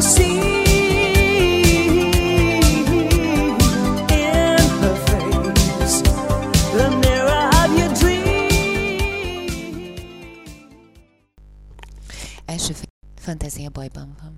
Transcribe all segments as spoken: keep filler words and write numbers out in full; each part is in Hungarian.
Fantázia bajban van.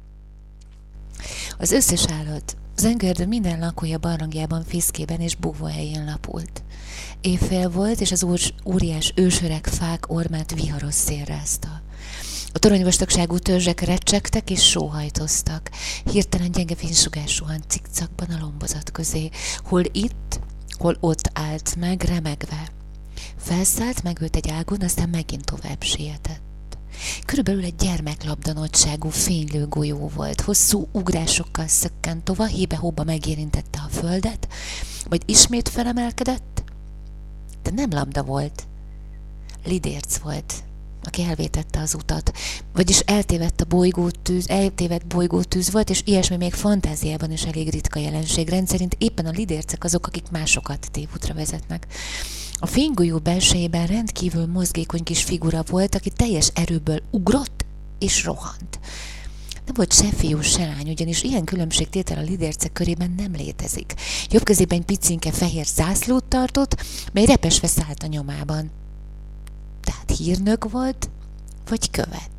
Az összes állat, Zengerdő minden lakója barlangjában, fészkében és búvóhelyén lapult. Évfél volt, és az óriás ősöreg fák ormát viharos szél rázta. A toronyvastagságú törzsek recsegtek és sóhajtoztak. Hirtelen gyenge fénysugás suhant cikcakban a lombozat közé. Hol itt, hol ott állt meg, remegve. Felszállt, megült egy ágon, aztán megint tovább sietett. Körülbelül egy gyermeklabda nagyságú fénylő golyó volt. Hosszú ugrásokkal szökkent tova, hébe-hóba megérintette a földet, majd ismét felemelkedett, de nem labda volt. Lidérc volt, aki elvétette az utat, vagyis eltévedt a bolygótűz, eltévedt bolygótűz volt, és ilyesmi még fantáziában is elég ritka jelenség. Rendszerint éppen a lidércek azok, akik másokat tévútra vezetnek. A fénygolyó belsejében rendkívül mozgékony kis figura volt, aki teljes erőből ugrott és rohant. Nem volt se fiú, se lány, ugyanis ilyen különbségtétel a lidércek körében nem létezik. Jobb kezében egy picinke fehér zászlót tartott, mely repesve szállt a nyomában. Tehát hírnök volt, vagy követ.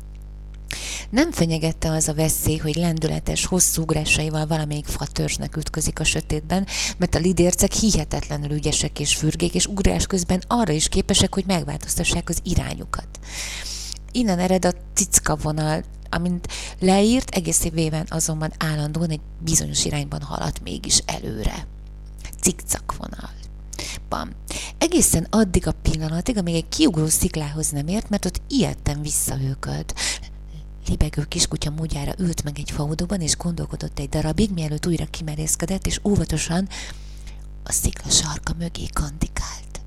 Nem fenyegette az a veszély, hogy lendületes, hosszú ugrásaival valamelyik fatörzsnek ütközik a sötétben, mert a lidércek hihetetlenül ügyesek és fürgék, és ugrás közben arra is képesek, hogy megváltoztassák az irányukat. Innen ered a cicka vonal, amint leírt, egész évben azonban állandóan egy bizonyos irányban haladt mégis előre. Cikcak vonal. Bam. Egészen addig a pillanatig, amíg egy kiugró sziklához nem ért, mert ott ijedten visszahőkölt. Libegő kiskutya módjára ült meg egy faodóban, és gondolkodott egy darabig, mielőtt újra kimerészkedett, és óvatosan a szikla sarka mögé kandikált.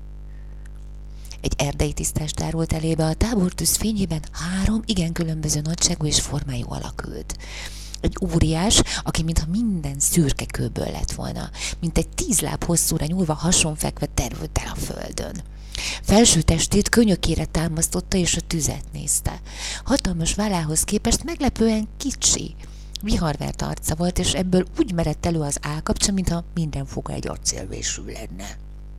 Egy erdei tisztás tárult elébe, a tábortűz fényében három igen különböző nagyságú és formájú alak ült. Egy óriás, aki mintha minden szürke kőből lett volna, mint egy tíz láb hosszúra nyúlva hasonfekve terült el a földön. Felső testét könyökére támasztotta, és a tüzet nézte. Hatalmas vállához képest meglepően kicsi, viharvert arca volt, és ebből úgy merett elő az állkapcsa, mintha minden foga egy acélvésű lenne.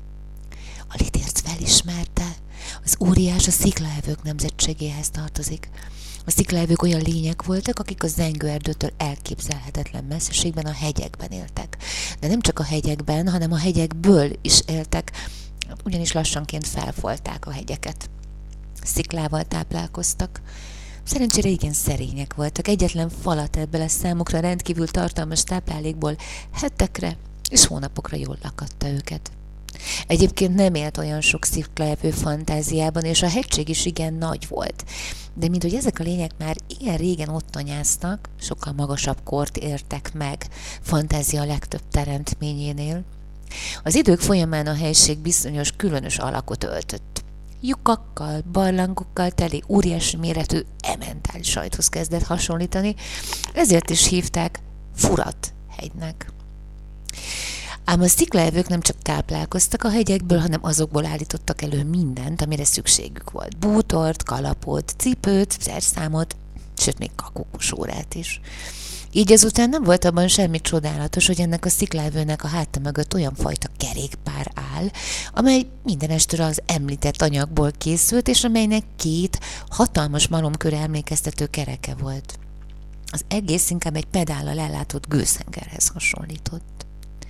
A lidérc felismerte, az óriás a sziklaevők nemzetségéhez tartozik. A sziklaevők olyan lények voltak, akik a zengőerdőtől elképzelhetetlen messzeségben a hegyekben éltek. De nem csak a hegyekben, hanem a hegyekből is éltek, ugyanis lassanként felfolták a hegyeket. Sziklával táplálkoztak. Szerencsére igen szerények voltak. Egyetlen falat ebből a számukra rendkívül tartalmas táplálékból hetekre és hónapokra jól lakadta őket. Egyébként nem élt olyan sok sziklaevő fantáziában, és a hegység is igen nagy volt. De mint hogy ezek a lények már ilyen régen ott anyáztak, sokkal magasabb kort értek meg fantázia legtöbb teremtményénél, az idők folyamán a helység bizonyos különös alakot öltött. Lyukakkal, barlangokkal teli óriási méretű ementális sajthoz kezdett hasonlítani, ezért is hívták Furat hegynek. Ám a sziklaevők nem csak táplálkoztak a hegyekből, hanem azokból állítottak elő mindent, amire szükségük volt. Bútort, kalapot, cipőt, szerszámot, sőt még kakókosórát is. Így ezután nem volt abban semmi csodálatos, hogy ennek a sziklaevőnek a háta mögött olyan fajta kerékpár áll, amely mindenestől az említett anyagból készült, és amelynek két hatalmas malomkörre emlékeztető kereke volt. Az egész inkább egy pedállal ellátott gőzhengerhez hasonlított.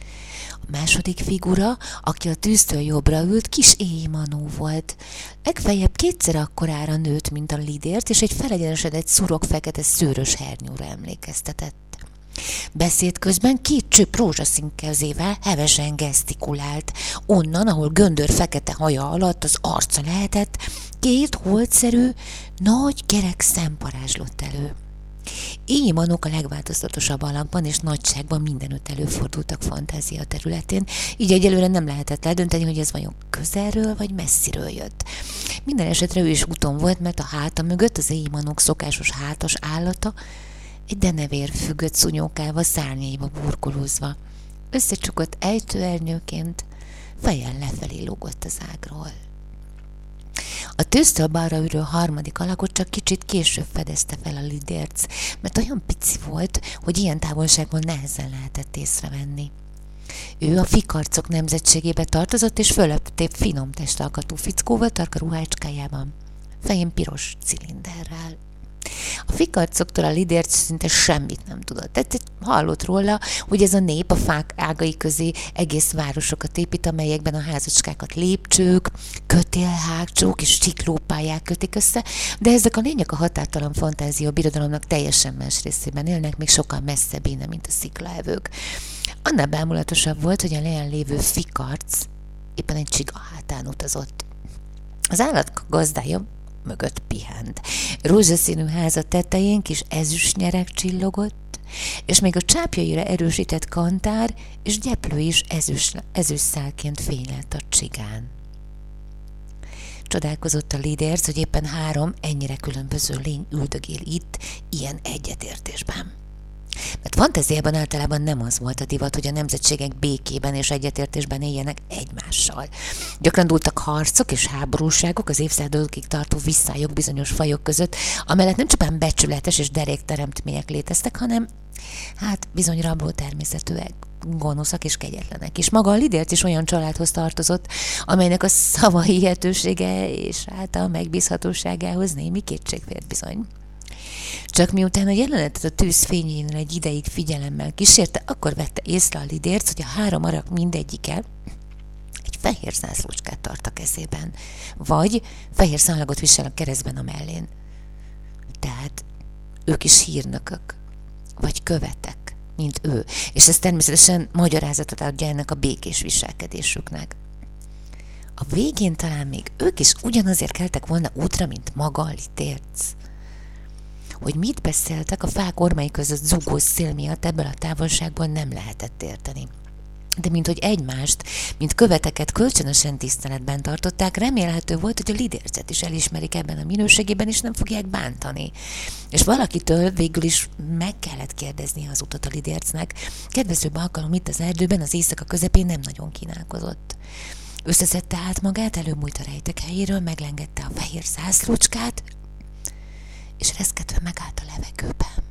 A második figura, aki a tűztől jobbra ült, kis éjmanó volt. Legfeljebb kétszer akkorára nőtt, mint a lidért, és egy felegyenesedett szurok-fekete szőrös hernyóra emlékeztetett. Beszéd közben két csöpp rózsaszín kezével hevesen gesztikulált. Onnan, ahol göndör fekete haja alatt az arca lehetett, két holdszerű, nagy kerek szem parázslott elő. Éjmanók a legváltozatosabb alakban és nagyságban mindenütt előfordultak fantázia területén, így egyelőre nem lehetett eldönteni, hogy ez vajon közelről vagy messziről jött. Minden esetre ő is úton volt, mert a háta mögött az éjmanók szokásos hátas állata egy denevér függött szunyókával, szárnyaiba burkolózva. Összecsukott ejtőernyőként fejjel lefelé lógott az ágról. A tűztől balra ülő harmadik alakot csak kicsit később fedezte fel a lidérc, mert olyan pici volt, hogy ilyen távolságból nehezen lehetett észrevenni. Ő a fikarcok nemzetségébe tartozott, és fölöttébb finom testalkatú fickóval tarka ruhácskájában, fején piros cilinderrel. A fikarcoktól a lidérc szinte semmit nem tudott. Tehát hallott róla, hogy ez a nép a fák ágai közé egész városokat épít, amelyekben a házacskákat lépcsők, kötélhágcsók és siklópályák kötik össze, de ezek a lények a határtalan fantázia birodalomnak teljesen más részében élnek, még sokkal messzebb innen, mint a sziklaevők. Annál bámulatosabb volt, hogy a lejen lévő fikarc éppen egy csiga hátán utazott. Az állat gazdája mögött pihent. Rózsaszínű háza tetején kis ezüstnyereg csillogott, és még a csápjaira erősített kantár és gyeplő is ezüst, ezüstszálként fénylett a csigán. Csodálkozott a lidérc, hogy éppen három ennyire különböző lény üldögél itt, ilyen egyetértésben. Mert fantáziában általában nem az volt a divat, hogy a nemzetségek békében és egyetértésben éljenek egymással. Gyakran dúltak harcok és háborúságok, az évszázadokig tartó visszályok bizonyos fajok között, amellett nem csupán becsületes és derék teremtmények léteztek, hanem hát bizony rabló természetűek, gonoszak és kegyetlenek. És maga a lidérc is olyan családhoz tartozott, amelynek a szava hihetősége és hát a megbízhatóságához némi kétség fért bizony. Csak miután a jelenetet a tűz fényén egy ideig figyelemmel kísérte, akkor vette észre a lidérc, hogy a három arak mindegyike egy fehér zászlócskát tart a kezében, vagy fehér szallagot visel a keresztben a mellén. Tehát ők is hírnökök, vagy követek, mint ő, és ez természetesen magyarázatot adja ennek a békés viselkedésüknek. A végén talán még ők is ugyanazért keltek volna útra, mint maga a lidérc. Hogy mit beszéltek, a fák ormai között zúgó szél miatt ebből a távolságból nem lehetett érteni. De mint hogy egymást, mint követeket kölcsönösen tiszteletben tartották, remélhető volt, hogy a lidércet is elismerik ebben a minőségében, és nem fogják bántani. És valakitől végül is meg kellett kérdezni az utat a lidércnek. Kedvezőbb alkalom itt az erdőben, az éjszaka közepén nem nagyon kínálkozott. Összeszedte át magát, előmúlt a rejtek helyéről, meglengette a fehér zászlócskát, és reszketve megállt a levegőben.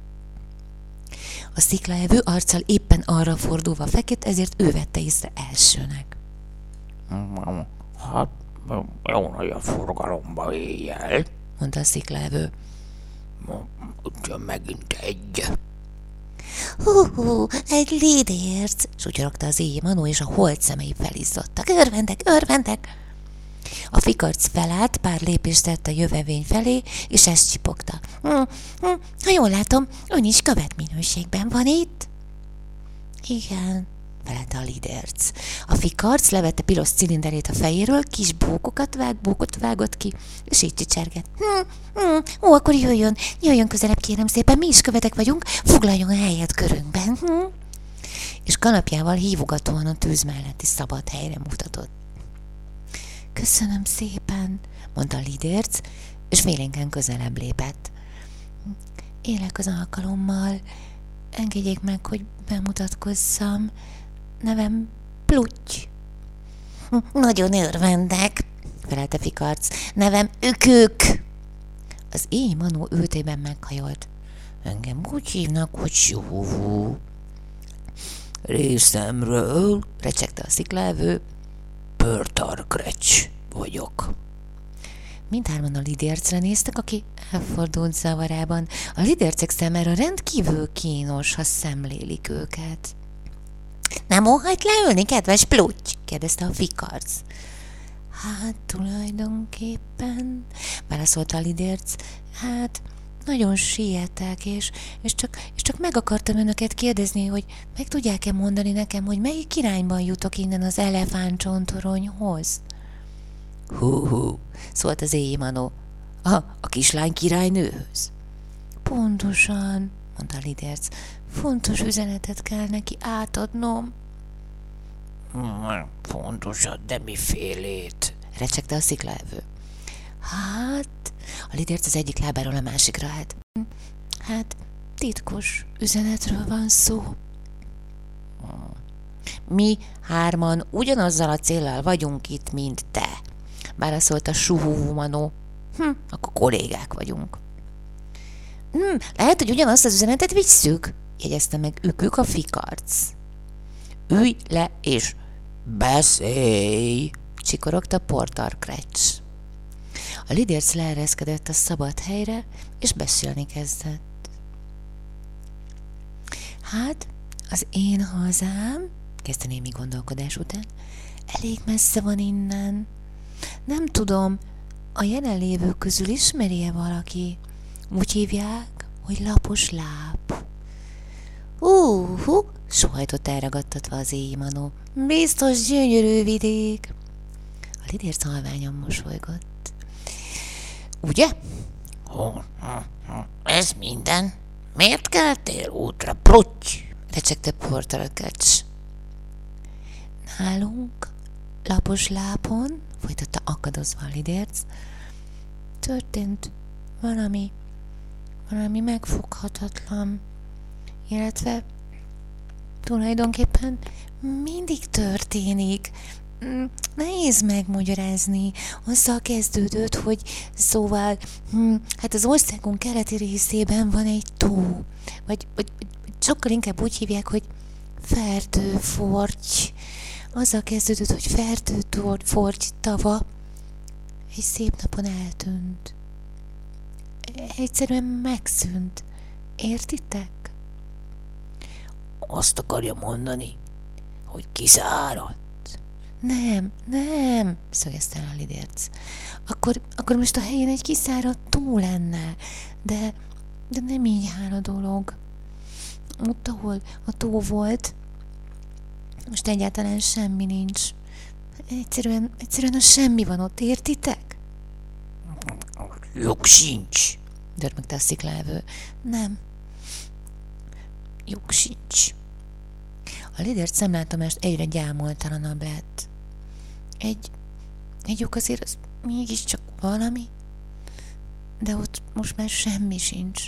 A sziklaevő arccal éppen arra fordulva feküdt, ezért ő vette észre elsőnek. Hát, jó nagy a forgalomba éjjel, mondta a sziklaevő. Ugyan megint egy. Hú-hú, egy lidérc, sutyorogta az éj manó, és a holt szemei felizzadtak. Örvendek, örvendek! A fikarc felállt, pár lépést tett a jövevény felé, és ezt csipogta. Hm, hm, ha jól látom, ön is követminőségben van itt? Igen, felelte a lidérc. A fikarc levette piros cilinderét a fejéről, kis bókokat vág, bókot vágott ki, és így csicsergett. Hm, hm, ó, akkor jöjjön, jöjjön közelebb, kérem szépen, mi is követek vagyunk, foglaljon a helyet körünkben. Hm? És kanapjával hívogatóan a tűz melletti szabad helyre mutatott. Köszönöm szépen, mondta a lidérc, és félénken közelebb lépett. Élek az alkalommal, engedjék meg, hogy bemutatkozzam. Nevem Plutty. Nagyon örvendek, felelte fikarc. Nevem Ükük. Az éj manó őtében meghajolt. Engem úgy hívnak, hogy Súvú. Részemről, recsegte a sziklaevő, Pörtarkrecs vagyok. Mindhárman a lidércre néztek, aki elfordult zavarában. A lidércek számára rendkívül kínos, ha szemlélik őket. Nem óhajt leülni, kedves Plutty? kérdezte a fikarc. Hát tulajdonképpen, válaszolta a lidérc, hát nagyon sietek, és, és, csak, és csak meg akartam önöket kérdezni, hogy meg tudják-e mondani nekem, hogy melyik irányban jutok innen az elefántcsontoronyhoz? Hú-hú, szólt az éj manó. A, a kislány királynőhöz? Pontosan, mondta a lidérc. Fontos üzenetet kell neki átadnom. Fontosat, de mifélét? Recsegte a sziklaevő. Hát, a lidérc az egyik lábáról a másikra állt. Hát, titkos üzenetről van szó. Hmm. Mi hárman ugyanazzal a céllal vagyunk itt, mint te. válaszolt a suhó manó. Hm, akkor kollégák vagyunk. Hm, lehet, hogy ugyanazt az üzenetet visszük, jegyezte meg Ükük a fikarc. Ülj le és beszélj, csikorogta Porter Cratch. A lidérc leereszkedett a szabad helyre, és beszélni kezdett. Hát, az én hazám, kezdte némi gondolkodás után, elég messze van innen. Nem tudom, a jelenlévők közül ismeri-e valaki? Úgy hívják, hogy Lapos Láp. Uh, hú, sohajtott elragadtatva az éjmanó. Biztos gyönyörű vidék. A lidérc halványan mosolygott. Ugye? Oh, ez minden. Miért keltél útra, prutty? Recsegte Porter Cratch. Nálunk, Lapos Lápon, folytatta akadozva a lidérc, történt valami, valami megfoghatatlan, illetve tulajdonképpen mindig történik. Nehéz megmagyarázni. Azzal kezdődött, hogy szóval, hm, hát az országunk keleti részében van egy tó, vagy, vagy, vagy sokkal inkább úgy hívják, hogy Ferdőforty. Azzal kezdődött, hogy Ferdőforty tava egy szép napon eltűnt. Egyszerűen megszűnt. Értitek? Azt akarja mondani, hogy kiszáradt. Nem, nem, szögezte el a lidérc. Akkor, akkor most a helyén egy kiszáradt tó lenne, de, de nem így áll a dolog. Ott, ahol a tó volt, most egyáltalán semmi nincs. Egyszerűen, egyszerűen a semmi van ott, értitek? Jog sincs. Dörmögte a sziklávő. Nem. Jog sincs. A lidérc szemlátomást egyre gyámoltalanabb lett. Egy, egy lyuk azért az mégiscsak valami, de ott most már semmi sincs.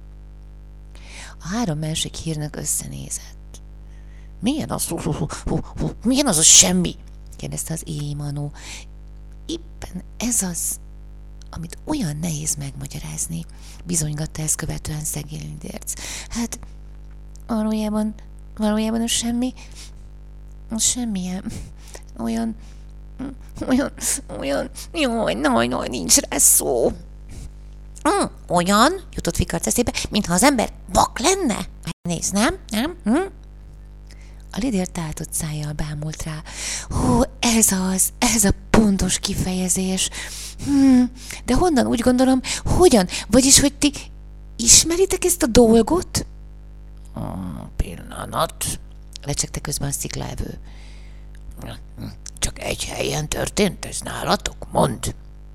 A három másik hírnök összenézett. Milyen az, milyen az a semmi? Kérdezte az éjmanó. Éppen ez az, amit olyan nehéz megmagyarázni, bizonygatta ezt követően szegény lidérc. Hát valójában, valójában a semmi, a semmilyen, olyan, olyan, olyan, jaj, naj, naj, nincs rá szó. Mm, olyan, jutott fikarc eszébe, mintha az ember vak lenne. Nézd, nem? Nem? Hm? A lidér tátott szájjal bámult rá. Hú, ez az, ez a pontos kifejezés. Hm, de honnan? Úgy gondolom, hogyan? Vagyis, hogy ti ismeritek ezt a dolgot? A pillanat. Lecsegte közben a sziklávő. Csak egy helyen történt ez nálatok? Mondd.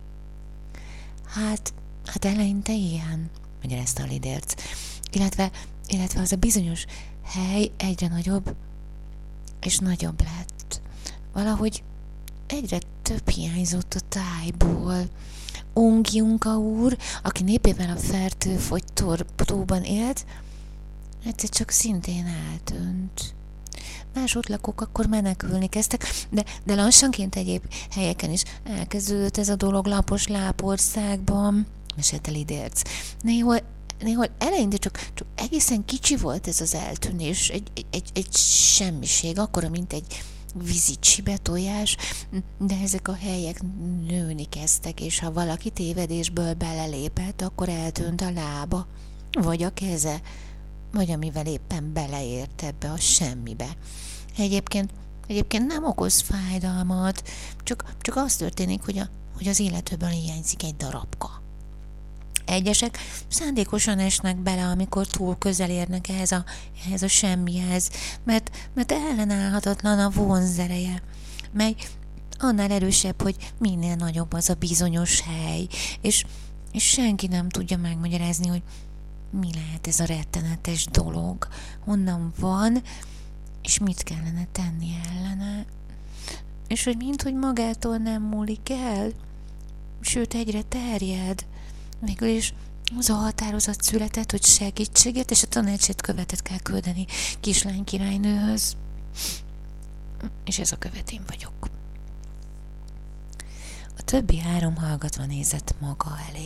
Hát, hát eleinte ilyen, magyarázta a lidérc. Illetve, illetve az a bizonyos hely egyre nagyobb és nagyobb lett. Valahogy egyre több hiányzott a tájból. Ongi Unka úr, aki népével a Ferdőforty tóban élt, egyszer csak szintén eltűnt. Más ott lakók akkor menekülni kezdtek, de, de lassanként egyéb helyeken is elkezdődött ez a dolog Lapos Lápországban, mesélte lidérc. Néhol, néhol eleinte csak, csak egészen kicsi volt ez az eltűnés, egy, egy, egy, egy semmiség, akkora, mint egy vízi csibetojás, de ezek a helyek nőni kezdtek, és ha valaki tévedésből belelépett, akkor eltűnt a lába, vagy a keze, vagy amivel éppen beleért ebbe a semmibe. Egyébként, egyébként nem okoz fájdalmat, csak, csak az történik, hogy, a, hogy az illetőből hiányzik egy darabka. Egyesek szándékosan esnek bele, amikor túl közel érnek ehhez a, ehhez a semmihez, mert, mert ellenállhatatlan a vonzereje, mely annál erősebb, hogy minél nagyobb az a bizonyos hely, és, és senki nem tudja megmagyarázni, hogy mi lehet ez a rettenetes dolog, honnan van, és mit kellene tenni ellene, és hogy minthogy magától nem múlik el, sőt egyre terjed. Végül is az a határozat született, hogy segítséget és a tanácsét követet kell küldeni kislány királynőhöz. És ez a követén vagyok. A A többi három hallgatva nézett maga elé.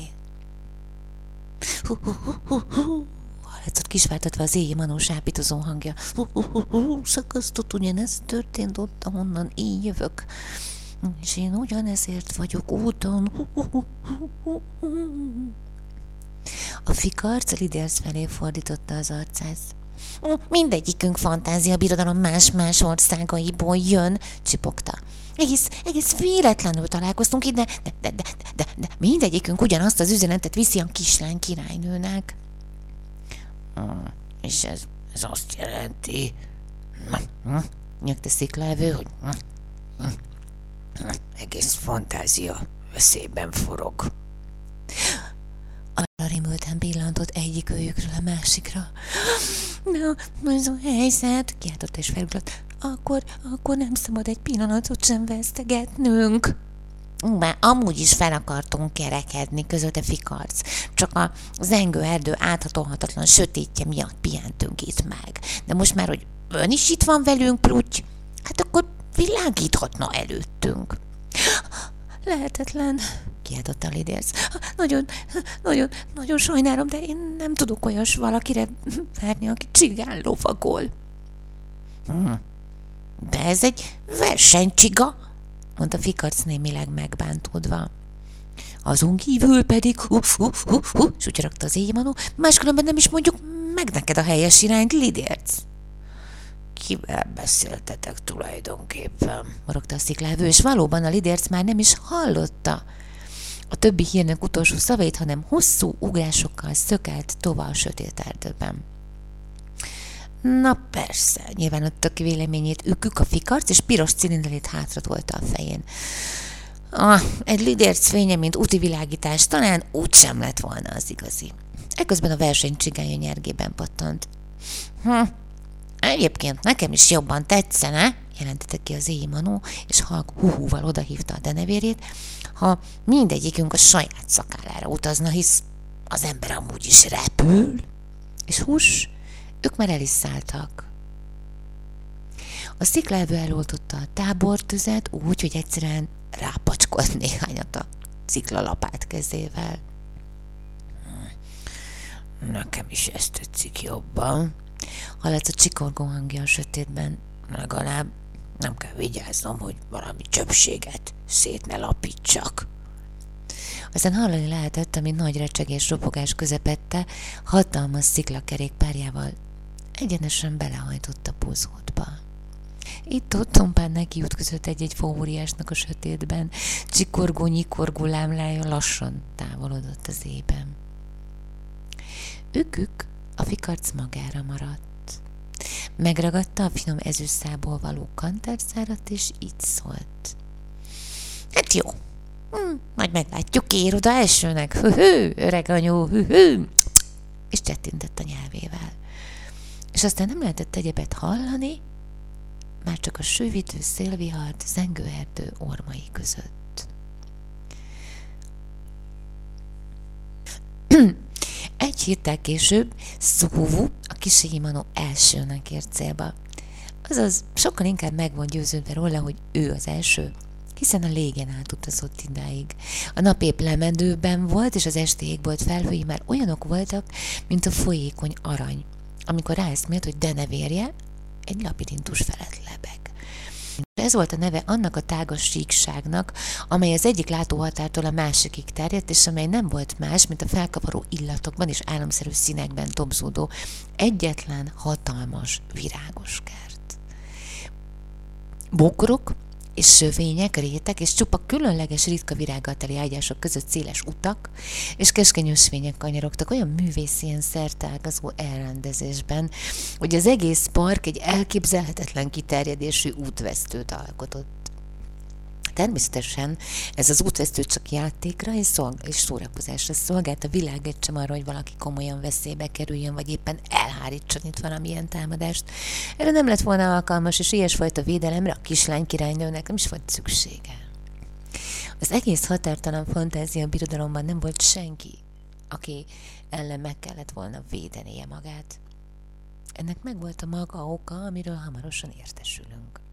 Hú-hú-hú-hú-hú, hallatszott kisváltatva az éjjel manó sápítozó hangja. Hú-hú-hú-hú, szakasztott, ugyanez történt ott, ahonnan én jövök. És én ugyanezért vagyok úton. Hú-hú-hú-hú-hú. A fikarc a Lidérc felé fordította az arcát. Mindegyikünk fantázia birodalom más-más országaiból jön, csipogta. Egész, egész véletlenül találkoztunk itt, de, de, de, de, de, de mindegyikünk ugyanazt az üzenetet viszi a kislány királynőnek. Hmm, és ez, ez azt jelenti, nyögte Sziklaevő, hogy egész fantázia veszélyben forog. Arra rémülten pillantott egyik őjükről a másikra. Na, ez a helyzet, kiáltott és felugrott. Akkor, akkor nem szabad egy pillanatot sem vesztegetnünk. Már amúgy is fel akartunk kerekedni, közölte Fikarc. Csak a zengő erdő áthatolhatatlan sötétje miatt pihentünk itt meg. De most már, hogy ön is itt van velünk, Plutty, hát akkor világíthatna előttünk. Lehetetlen, kiáltotta a Lidérc. Nagyon, nagyon, nagyon sajnálom, de én nem tudok olyas valakire várni, aki csigán lovagol. Hmm. De ez egy versenycsiga, mondta Fikarc némileg megbántódva. Azon kívül pedig, hu, hu, hu, hu, sutyorogta az éjmanó, máskülönben nem is mondjuk meg neked a helyes irányt, Lidérc. Kivel beszéltetek tulajdonképpen? Morogta a Sziklaevő, és valóban a Lidérc már nem is hallotta a többi hírnök utolsó szavait, hanem hosszú ugrásokkal szökelt tovább a sötét erdőben. Na persze, nyilvánította ki véleményét ükük a Fikarc, és piros cilinderét hátratolta a fején. Ah, egy Lidérc fénye, mint úti világítás, talán úgysem lett volna az igazi. Ekközben a versenycsigája nyergében pattant. Hm, egyébként nekem is jobban tetszene, jelentette ki az éjmanó, és halk huhúval odahívta a denevérét, ha mindegyikünk a saját szakállára utazna, hisz az ember amúgy is repül. És hús, ők már el is szálltak. A Sziklaevő eloltotta a tábortüzet úgy, hogy egyszerűen rápacskolt néhányat a ciklalapát kezével. Nekem is ezt tetszik jobban. Hallatszott csikorgó hangja a sötétben. Legalább nem kell vigyáznom, hogy valami csöpséget szét ne lapítsak. Aztán hallani lehetett, amint nagy recsegés ropogás közepette, hatalmas sziklakerékpárjával egyenesen belehajtott a buzótba. Itt-ott tompán neki ütközött egy-egy fóriásnak a sötétben, csikorgó, nyikorgó lámlája lassan távolodott az ében. Ükük a Fikarc magára maradt. Megragadta a finom ezüstszából való kantárszárat, és így szólt. Hát jó, hm, majd meglátjuk, ér oda elsőnek, hü-hü, öreg anyó, hü-hü, és csettintett a nyelvével. És aztán nem lehetett egyebet hallani, már csak a sűvítő szélvihart zengőerdő ormai között. Egy héttel később Szóvu, a kis éjmanó elsőnek ért célba. Azaz sokkal inkább meg van győződve róla, hogy ő az első, hiszen a légen átutazott idáig. A nap épp lemendőben volt, és az esti égbolt felhői már olyanok voltak, mint a folyékony arany, amikor ráeszmélt, hogy denevérje egy labirintus felett lebeg. Ez volt a neve annak a tágas síkságnak, amely az egyik látóhatártól a másikig terjedt, és amely nem volt más, mint a felkavaró illatokban és álomszerű színekben tobzódó egyetlen hatalmas virágos kert. Bokrok és sövények, rétek és csupa különleges ritka virággal teli ágyások között széles utak és keskeny ösvények kanyarogtak olyan művészien szerteágazó elrendezésben, hogy az egész park egy elképzelhetetlen kiterjedésű útvesztőt alkotott. Természetesen ez az útvesztő csak játékra és, szolg- és szórakozásra szolgált, a világ egy sem arra, hogy valaki komolyan veszélybe kerüljön, vagy éppen elhárítson itt valamilyen támadást. Erre nem lett volna alkalmas, és ilyesfajta védelemre a kislány királynőnek nem is volt szüksége. Az egész határtalan fantázia birodalomban nem volt senki, aki ellen meg kellett volna védenie magát. Ennek megvolt a maga oka, amiről hamarosan értesülünk.